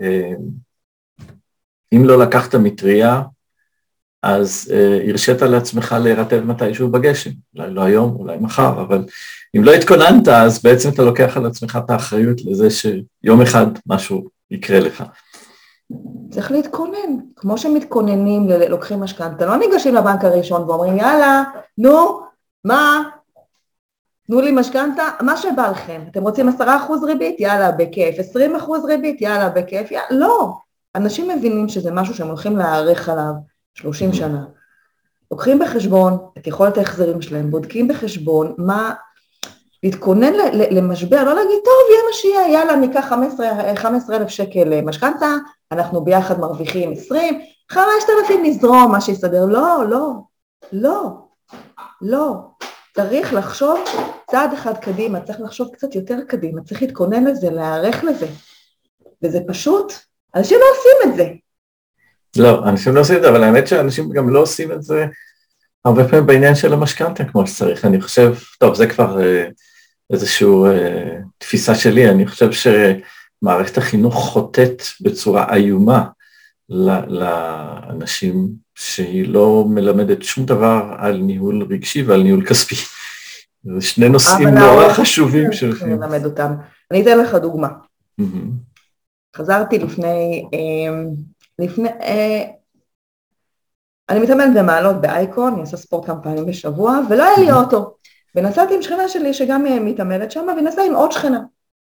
לא לקחת מטריה, אז uh, הרשית לעצמך להירטב מתישהו בגשם, אולי לא היום, אולי מחר, אבל אם לא התכוננת, אז בעצם אתה לוקח על עצמך את האחריות לזה שיום אחד משהו יקרה לך. צריך להתכונן, כמו שמתכוננים, לוקחים משכנתא, לא ניגשים לבנק הראשון ואומרים, יאללה, נו, מה? תנו לי משכנתא, מה שבא לכם, אתם רוצים עשרה אחוז ריבית? יאללה, בכיף, עשרים אחוז ריבית? יאללה, בכיף, יאללה, לא. אנשים מבינים שזה משהו שהם הולכים להעריך עליו שלושים שנה. לוקחים בחשבון את יכולת ההחזרים שלהם, בודקים בחשבון מה, להתכונן למשבר, לא להגיד, טוב, יהיה מה שיהיה, יאללה, ניקח חמישה עשר אלף שקל משכנתא, אנחנו ביחד מרוויחים עשרים, חמשת אלפים נזרום, מה שיסתדר. לא, לא, לא, לא. צריך לחשוב צעד אחד קדימה, צריך לחשוב קצת יותר קדימה, צריך להתכונן לזה, להיערך לזה. וזה פשוט, אנשים לא עושים את זה. לא, אנשים לא עושים את זה, אבל האמת שאנשים גם לא עושים את זה הרבה פעמים בעניין של המשכנתא כמו שצריך. אני חושב, טוב, זה כבר איזושהי תפיסה שלי, אני חושב שמערכת החינוך חוטאת בצורה איומה לאנשים שהיא לא מלמדת שום דבר על ניהול רגשי ועל ניהול כספי. זה שני נושאים נורא חשובים שלכם. נלמד אותם. אני אתן לך דוגמה. חזרתי לפני... לפני, אה, אני מתאמנת במעלות באייקון, אני עושה ספורט כמה פעמים בשבוע, ולא היה לי אוטו. ונסעתי עם שכנה שלי שגם מתאמנת שם, ונסעה עם עוד שכנה.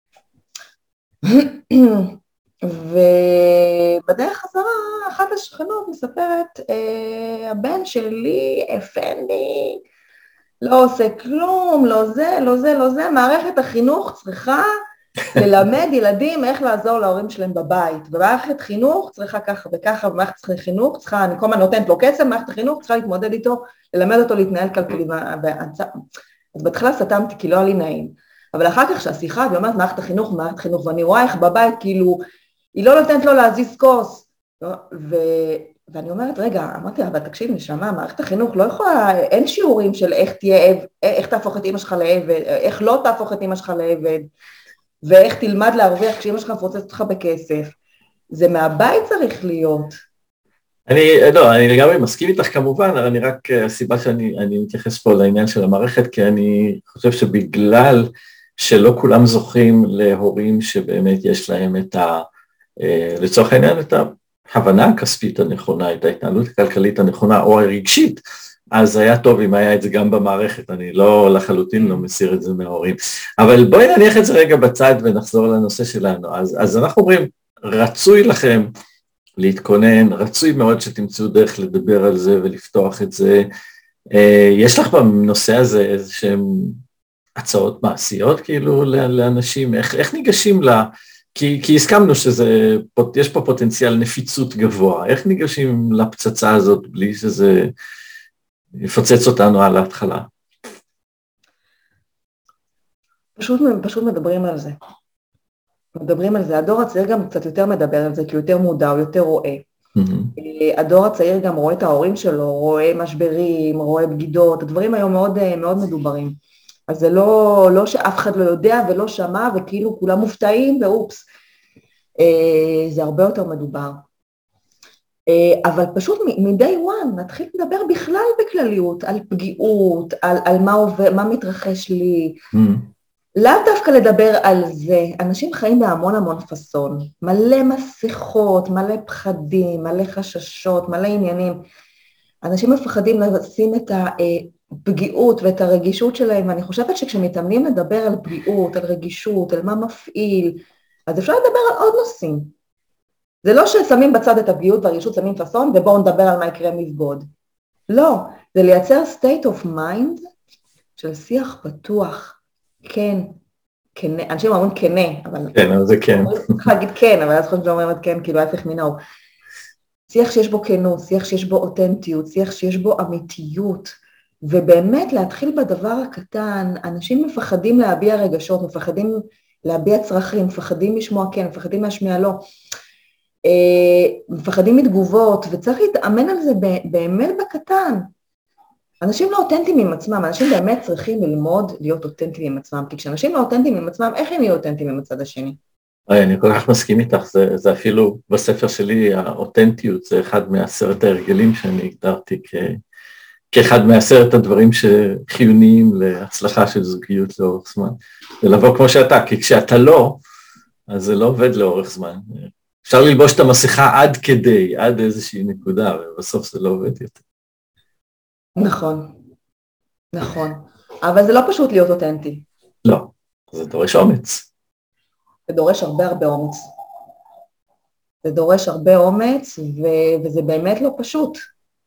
ובדרך חזרה, אחת השכנות מספרת, אה, הבן שלי, אפנדי, לא עושה כלום, לא זה, לא זה, לא זה, מערכת החינוך צריכה, ללמד ילדים איך לעזור להורים שלהם בבית, ומערכת חינוך צריכה ככה וככה, ומערכת חינוך צריכה, אני כל הזמן נותנת לו כסף, מערכת החינוך צריכה להתמודד איתו, ללמד אותו להתנהל כלכלי, אז בהתחלה סתמתי כי לא היה לי נעים, אבל אחר כך שהשיחה, והיא אומרת מערכת החינוך, מערכת חינוך, ואני רואה איך בבית כאילו, היא לא נותנת לו להזיז כוס, ו... ואני אומרת, רגע, אמרתי לה, אבל תקשיב נשמה, מערכת החינוך לא יכולה, אין שיעורים של איך תהיה, איך תהפוך את אמא שלך לעבד, איך לא תהפוך את אמא שלך לעבד, ואיך תלמד להרוויח כשאמא שלך מפוצצת אותך בכסף. זה מהבית צריך להיות. אני, לא, אני לגמרי מסכים איתך כמובן, אבל אני רק, הסיבה שאני אני מתייחס פה לעניין של המערכת, כי אני חושב שבגלל שלא כולם זוכים להורים שבאמת יש להם את ה, לצורך העניין, את ההבנה הכספית הנכונה, את ההתנהלות הכלכלית הנכונה, או הרגשית, אז היה טוב אם היה את זה גם במערכת, אני לא לחלוטין לא מסיר את זה מההורים. אבל בואי נניח את זה רגע בצד ונחזור לנושא שלנו. אז, אז אנחנו אומרים, רצוי לכם להתכונן, רצוי מאוד שתמצאו דרך לדבר על זה ולפתוח את זה. יש לך בנושא הזה איזשהם הצעות מעשיות כאילו לאנשים? איך, איך ניגשים לה? כי, כי הסכמנו שזה, יש פה פוטנציאל נפיצות גבוה. איך ניגשים לפצצה הזאת בלי שזה יפוצץ אותנו על ההתחלה? פשוט, פשוט מדברים על זה. מדברים על זה. הדור הצעיר גם קצת יותר מדבר על זה, כי הוא יותר מודע, הוא יותר רואה. Mm-hmm. הדור הצעיר גם רואה את ההורים שלו, רואה משברים, רואה בגידות, הדברים היום מאוד, מאוד מדוברים. אז זה לא, לא שאף אחד לא יודע ולא שמע, וכאילו כולם מופתעים, ואופס. זה הרבה יותר מדובר. אבל פשוט מ-day one נתחיל לדבר בכלל בכלליות, על פגיעות, על, על מה, עובר, מה מתרחש לי. Mm. לאו דווקא לדבר על זה, אנשים חיים בהמון המון פסון, מלא מסכות, מלא פחדים, מלא חששות, מלא עניינים. אנשים מפחדים לשים את הפגיעות ואת הרגישות שלהם, ואני חושבת שכשמתאמנים לדבר על פגיעות, על רגישות, על מה מפעיל, אז אפשר לדבר על עוד נושאים. זה לא ששמים בצד את הפגיעות והרגישות, שמים פסון, ובואו נדבר על מה יקרה מבגוד. לא, זה לייצר state of mind של שיח פתוח. כן, כן, אנשים אומרים כנה, אבל... כן, אבל זה כן. צריך להגיד כן, אבל אז חושבים שאומרים כן, כאילו ההפך מנהו. שיח שיש בו כנות, שיח שיש בו אותנטיות, שיח שיש בו אמיתיות, ובאמת להתחיל בדבר הקטן, אנשים מפחדים להביע רגשות, מפחדים להביע צרכים, מפחדים לשמוע כן, מפחדים להשמיע לא, מפחדים מתגובות, וצריך להתאמן על זה באמת בקטן. אנשים לא אותנטיים עם עצמם, אנשים באמת צריכים ללמוד להיות אותנטיים עם עצמם, כי כשאנשים לא אותנטיים עם עצמם, איך הם יהיו אותנטיים עם הצד השני? אני כל כך מסכים איתך, זה, זה אפילו בספר שלי, האותנטיות, זה אחד מעשרת ההרגלים שאני הגדרתי כ, כאחד מעשרת הדברים שחיוניים להצלחה של זוגיות לאורך זמן. זה לבוא כמו שאתה, כי כשאתה לא, אז זה לא עובד לאורך זמן. אפשר ללבוש את המסכה עד כדי, עד איזושהי נקודה, ובסוף זה לא עובד יותר. נכון, נכון. אבל זה לא פשוט להיות אותנטי. לא, זה דורש אומץ. זה דורש הרבה הרבה אומץ. זה דורש הרבה אומץ, ו- וזה באמת לא פשוט.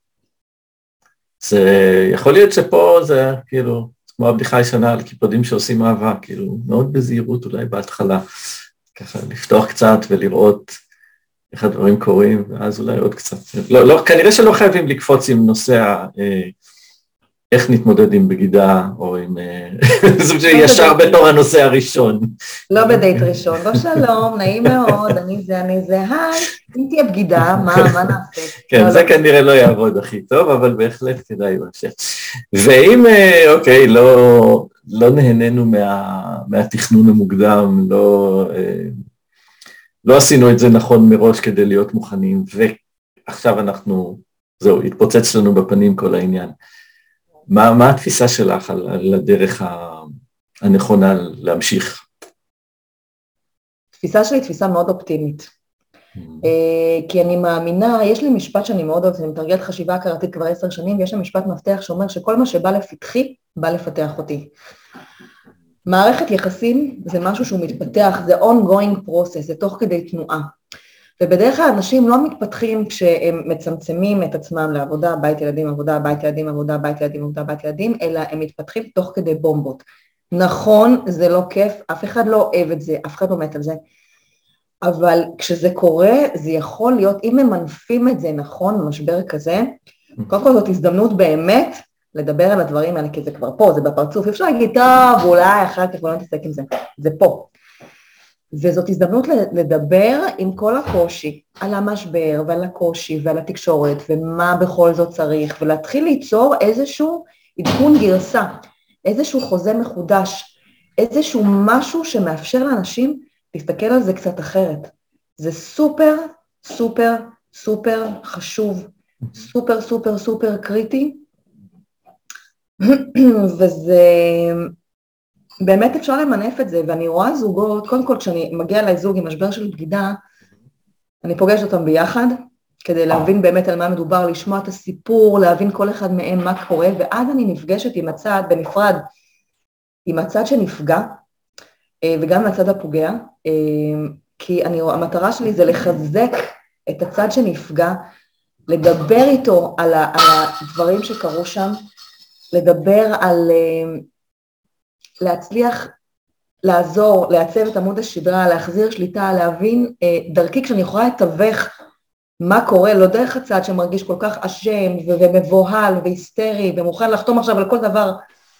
זה יכול להיות שפה זה כאילו, כמו הבדיחה הישנה על קיפודים שעושים אהבה, כאילו מאוד בזהירות אולי בהתחלה, ככה לפתוח קצת ולראות איך הדברים קורים, ואז אולי עוד קצת. לא, לא, כנראה שלא חייבים לקפוץ עם נושא אה, איך נתמודד עם בגידה, או עם... זוג שישר בתור הנושא הראשון. לא בדייט ראשון, לא שלום, נעים מאוד, אני זה, אני זה, היי, אם תהיה בגידה, מה, מה נעשה? כן, זה כנראה לא יעבוד הכי טוב, אבל בהחלט כדאי להמשיך. ואם, אוקיי, לא, לא נהנינו מהתכנון המוקדם, לא, לא עשינו את זה נכון מראש כדי להיות מוכנים, ועכשיו אנחנו, זהו, התפוצץ לנו בפנים כל העניין. מה, מה התפיסה שלך על, על הדרך הנכונה להמשיך? תפיסה שלי היא תפיסה מאוד אופטימית. Mm-hmm. כי אני מאמינה, יש לי משפט שאני מאוד אוהבת, אני מתרגלת חשיבה הכרתית כבר עשר שנים, ויש לי משפט מפתח שאומר שכל מה שבא לפתחי, בא לפתח אותי. מערכת יחסים זה משהו שהוא מתפתח, זה ongoing process, זה תוך כדי תנועה. ובדרך כלל אנשים לא מתפתחים כשהם מצמצמים את עצמם לעבודה, בית ילדים, עבודה, בית ילדים, עבודה, בית ילדים, עבודה, בית ילדים, אלא הם מתפתחים תוך כדי בומבות. נכון, זה לא כיף, אף אחד לא אוהב את זה, אף אחד לא מת על זה, אבל כשזה קורה, זה יכול להיות, אם הם מנפים את זה נכון, במשבר כזה, קודם כל זאת הזדמנות באמת לדבר על הדברים האלה, כי זה כבר פה, זה בפרצוף, אפשר להגיד, טוב, אולי אחר כך לא נתעסק עם זה, זה פה. וזאת הזדמנות לדבר עם כל הקושי, על המשבר ועל הקושי ועל התקשורת ומה בכל זאת צריך, ולהתחיל ליצור איזשהו עדכון גרסה, איזשהו חוזה מחודש, איזשהו משהו שמאפשר לאנשים להסתכל על זה קצת אחרת. זה סופר, סופר, סופר חשוב, סופר, סופר, סופר קריטי, וזה, באמת אפשר למנף את זה, ואני רואה זוגות, קודם כל כשאני מגיעה לזוג עם משבר של בגידה, אני פוגשת אותם ביחד, כדי להבין באמת על מה מדובר, לשמוע את הסיפור, להבין כל אחד מהם מה קורה, ואז אני נפגשת עם הצד, בנפרד, עם הצד שנפגע, וגם מהצד הפוגע, כי אני, המטרה שלי זה לחזק את הצד שנפגע, לדבר איתו על, ה, על הדברים שקרו שם, לדבר על להצליח לעזור, לעצב את עמוד השדרה, להחזיר שליטה, להבין דרכי כשאני יכולה לתווך מה קורה, לא דרך הצד שמרגיש כל כך אשם ומבוהל והיסטרי ומוכן לחתום עכשיו על כל דבר,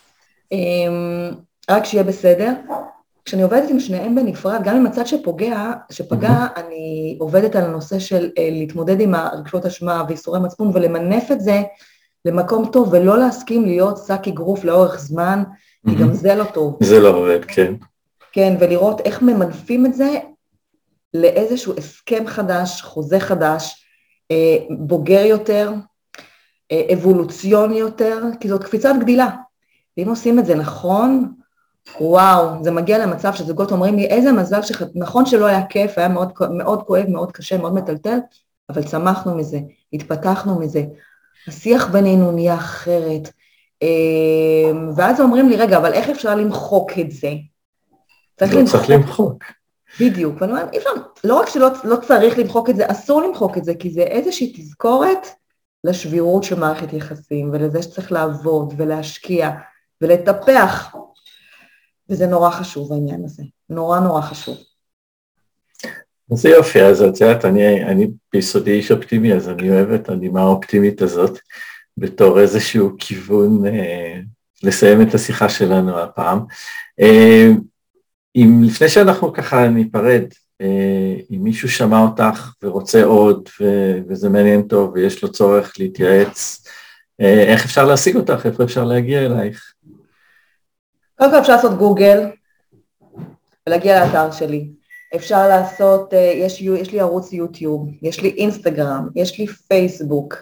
רק שיהיה בסדר. כשאני עובדת עם שניהם בנפרד, גם עם הצד שפוגע, שפגע, mm-hmm. אני עובדת על הנושא של להתמודד עם הרגשות אשמה ואיסורי מצפון, ולמנף את זה למקום טוב, ולא להסכים להיות שק אגרוף לאורך זמן, mm-hmm. כי גם זה לא טוב. זה לא עובד, כן. כן, ולראות איך ממנפים את זה לאיזשהו הסכם חדש, חוזה חדש, בוגר יותר, אבולוציוני יותר, כי זאת קפיצת גדילה. ואם עושים את זה נכון, וואו, זה מגיע למצב שזוגות אומרים לי, איזה מזל שנכון שלא היה כיף, היה מאוד, מאוד כואב, מאוד קשה, מאוד מטלטל, אבל צמחנו מזה, התפתחנו מזה, השיח בינינו נהיה אחרת, ואז אומרים לי, רגע, אבל איך אפשר למחוק את זה? צריך לא למחוק. צריך למחוק. בדיוק, ואני אומרת, אי אפשר, לא רק שלא לא צריך למחוק את זה, אסור למחוק את זה, כי זה איזושהי תזכורת לשבירות של מערכת יחסים, ולזה שצריך לעבוד ולהשקיע ולטפח, וזה נורא חשוב העניין הזה, נורא נורא חשוב. זה יופי, אז את יודעת, אני, אני ביסודי איש אופטימי, אז אני אוהב את הנימה האופטימית הזאת, בתור איזשהו כיוון אה, לסיים את השיחה שלנו הפעם. אה, אם לפני שאנחנו ככה ניפרד, אה, אם מישהו שמע אותך ורוצה עוד, ו, וזה מעניין טוב, ויש לו צורך להתייעץ, אה, איך אפשר להשיג אותך, איפה אפשר להגיע אלייך? קודם כל אפשר לעשות גוגל, ולהגיע לאתר שלי. אפשר לעשות, יש, יש לי ערוץ יוטיוב, יש לי אינסטגרם, יש לי פייסבוק,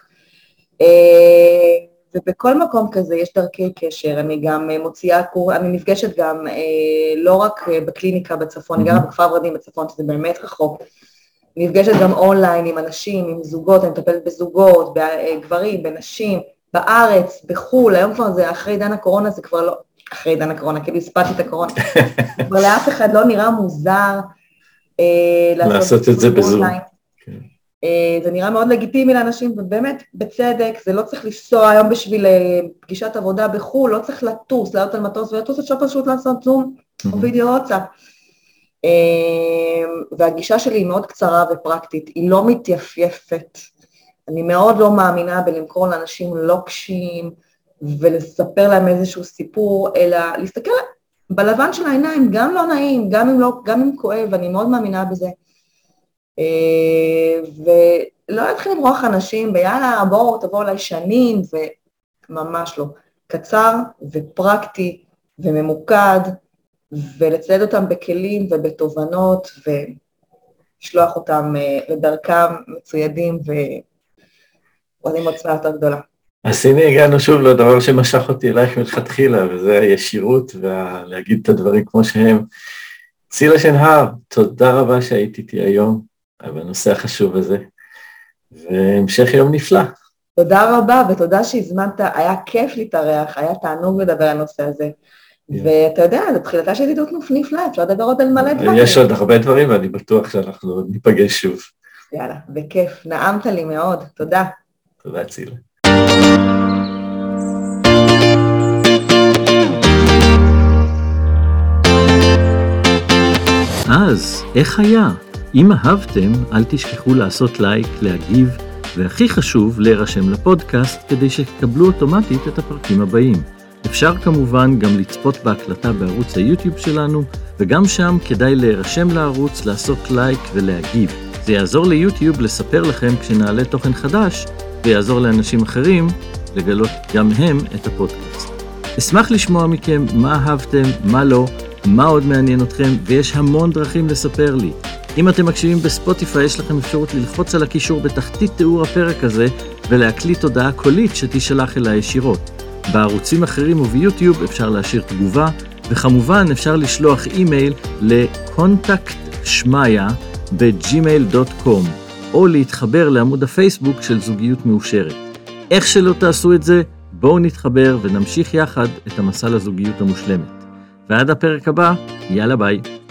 ובכל מקום כזה יש דרכי קשר. אני גם מוציאה, אני נפגשת גם לא רק בקליניקה בצפון, אני גרה בכפר ורדים בצפון, שזה באמת רחוק. אני נפגשת גם אונליין עם אנשים, עם זוגות, אני מטפלת בזוגות, בגברים, בנשים, בארץ, בחול. היום כבר זה, אחרי עידן הקורונה, זה כבר לא, אחרי עידן הקורונה, כאילו הספעתי את הקורונה, אבל לאף אחד לא נראה מוזר, לעשות את זה בזום. זה נראה מאוד לגיטימי לאנשים, ובאמת בצדק, זה לא צריך לנסוע היום בשביל פגישת עבודה בחול, לא צריך לטוס, לעלות על מטוס ולטוס, אפשר פשוט לעשות זום או וידאו וואטסאפ. והגישה שלי היא מאוד קצרה ופרקטית, היא לא מתייפייפת. אני מאוד לא מאמינה בלמכור לאנשים לוקשים, ולספר להם איזשהו סיפור, אלא להסתכל בלבן של העיניים, גם לא נעים, גם אם, לא, גם אם כואב, אני מאוד מאמינה בזה. ולא להתחיל למרוח אנשים, ביאללה, בואו, תבואו אליי שנים, וממש לא. קצר ופרקטי וממוקד, ולצד אותם בכלים ובתובנות, ולשלוח אותם לדרכם מצוידים, ועודים עוצמה יותר גדולה. אז הנה הגענו שוב לדבר שמשך אותי אלייך מלכתחילה, וזה הישירות ולהגיד את הדברים כמו שהם. צילה שנהר, תודה רבה שהיית איתי היום, בנושא החשוב הזה, והמשך יום נפלא. תודה רבה, ותודה שהזמנת, היה כיף להתארח, היה תענוג לדבר על הנושא הזה, ואתה יודע, זו תחילתה של ידידות נפלא, אפשר לדבר עוד על מלא דברים. יש עוד הרבה דברים, ואני בטוח שאנחנו ניפגש שוב. יאללה, בכיף, נעמת לי מאוד, תודה. תודה צילה. אז, איך היה? אם אהבתם, אל תשכחו לעשות לייק, להגיב, והכי חשוב, להירשם לפודקאסט כדי שתקבלו אוטומטית את הפרקים הבאים. אפשר כמובן גם לצפות בהקלטה בערוץ היוטיוב שלנו, וגם שם כדאי להירשם לערוץ, לעשות לייק ולהגיב. זה יעזור ליוטיוב לספר לכם כשנעלה תוכן חדש, ויעזור לאנשים אחרים לגלות גם הם את הפודקאסט. אשמח לשמוע מכם מה אהבתם, מה לא, מה עוד מעניין אתכם, ויש המון דרכים לספר לי. אם אתם מקשיבים בספוטיפיי, יש לכם אפשרות ללחוץ על הקישור בתחתית תיאור הפרק הזה, ולהקליט הודעה קולית שתשלח אליי ישירות. בערוצים אחרים וביוטיוב אפשר להשאיר תגובה, וכמובן אפשר לשלוח אימייל לקונטקט שמיה בג'ימייל דוט קום, או להתחבר לעמוד הפייסבוק של זוגיות מאושרת. איך שלא תעשו את זה, בואו נתחבר ונמשיך יחד את המסע לזוגיות המושלמת. ועד הפרק הבא, יאללה ביי.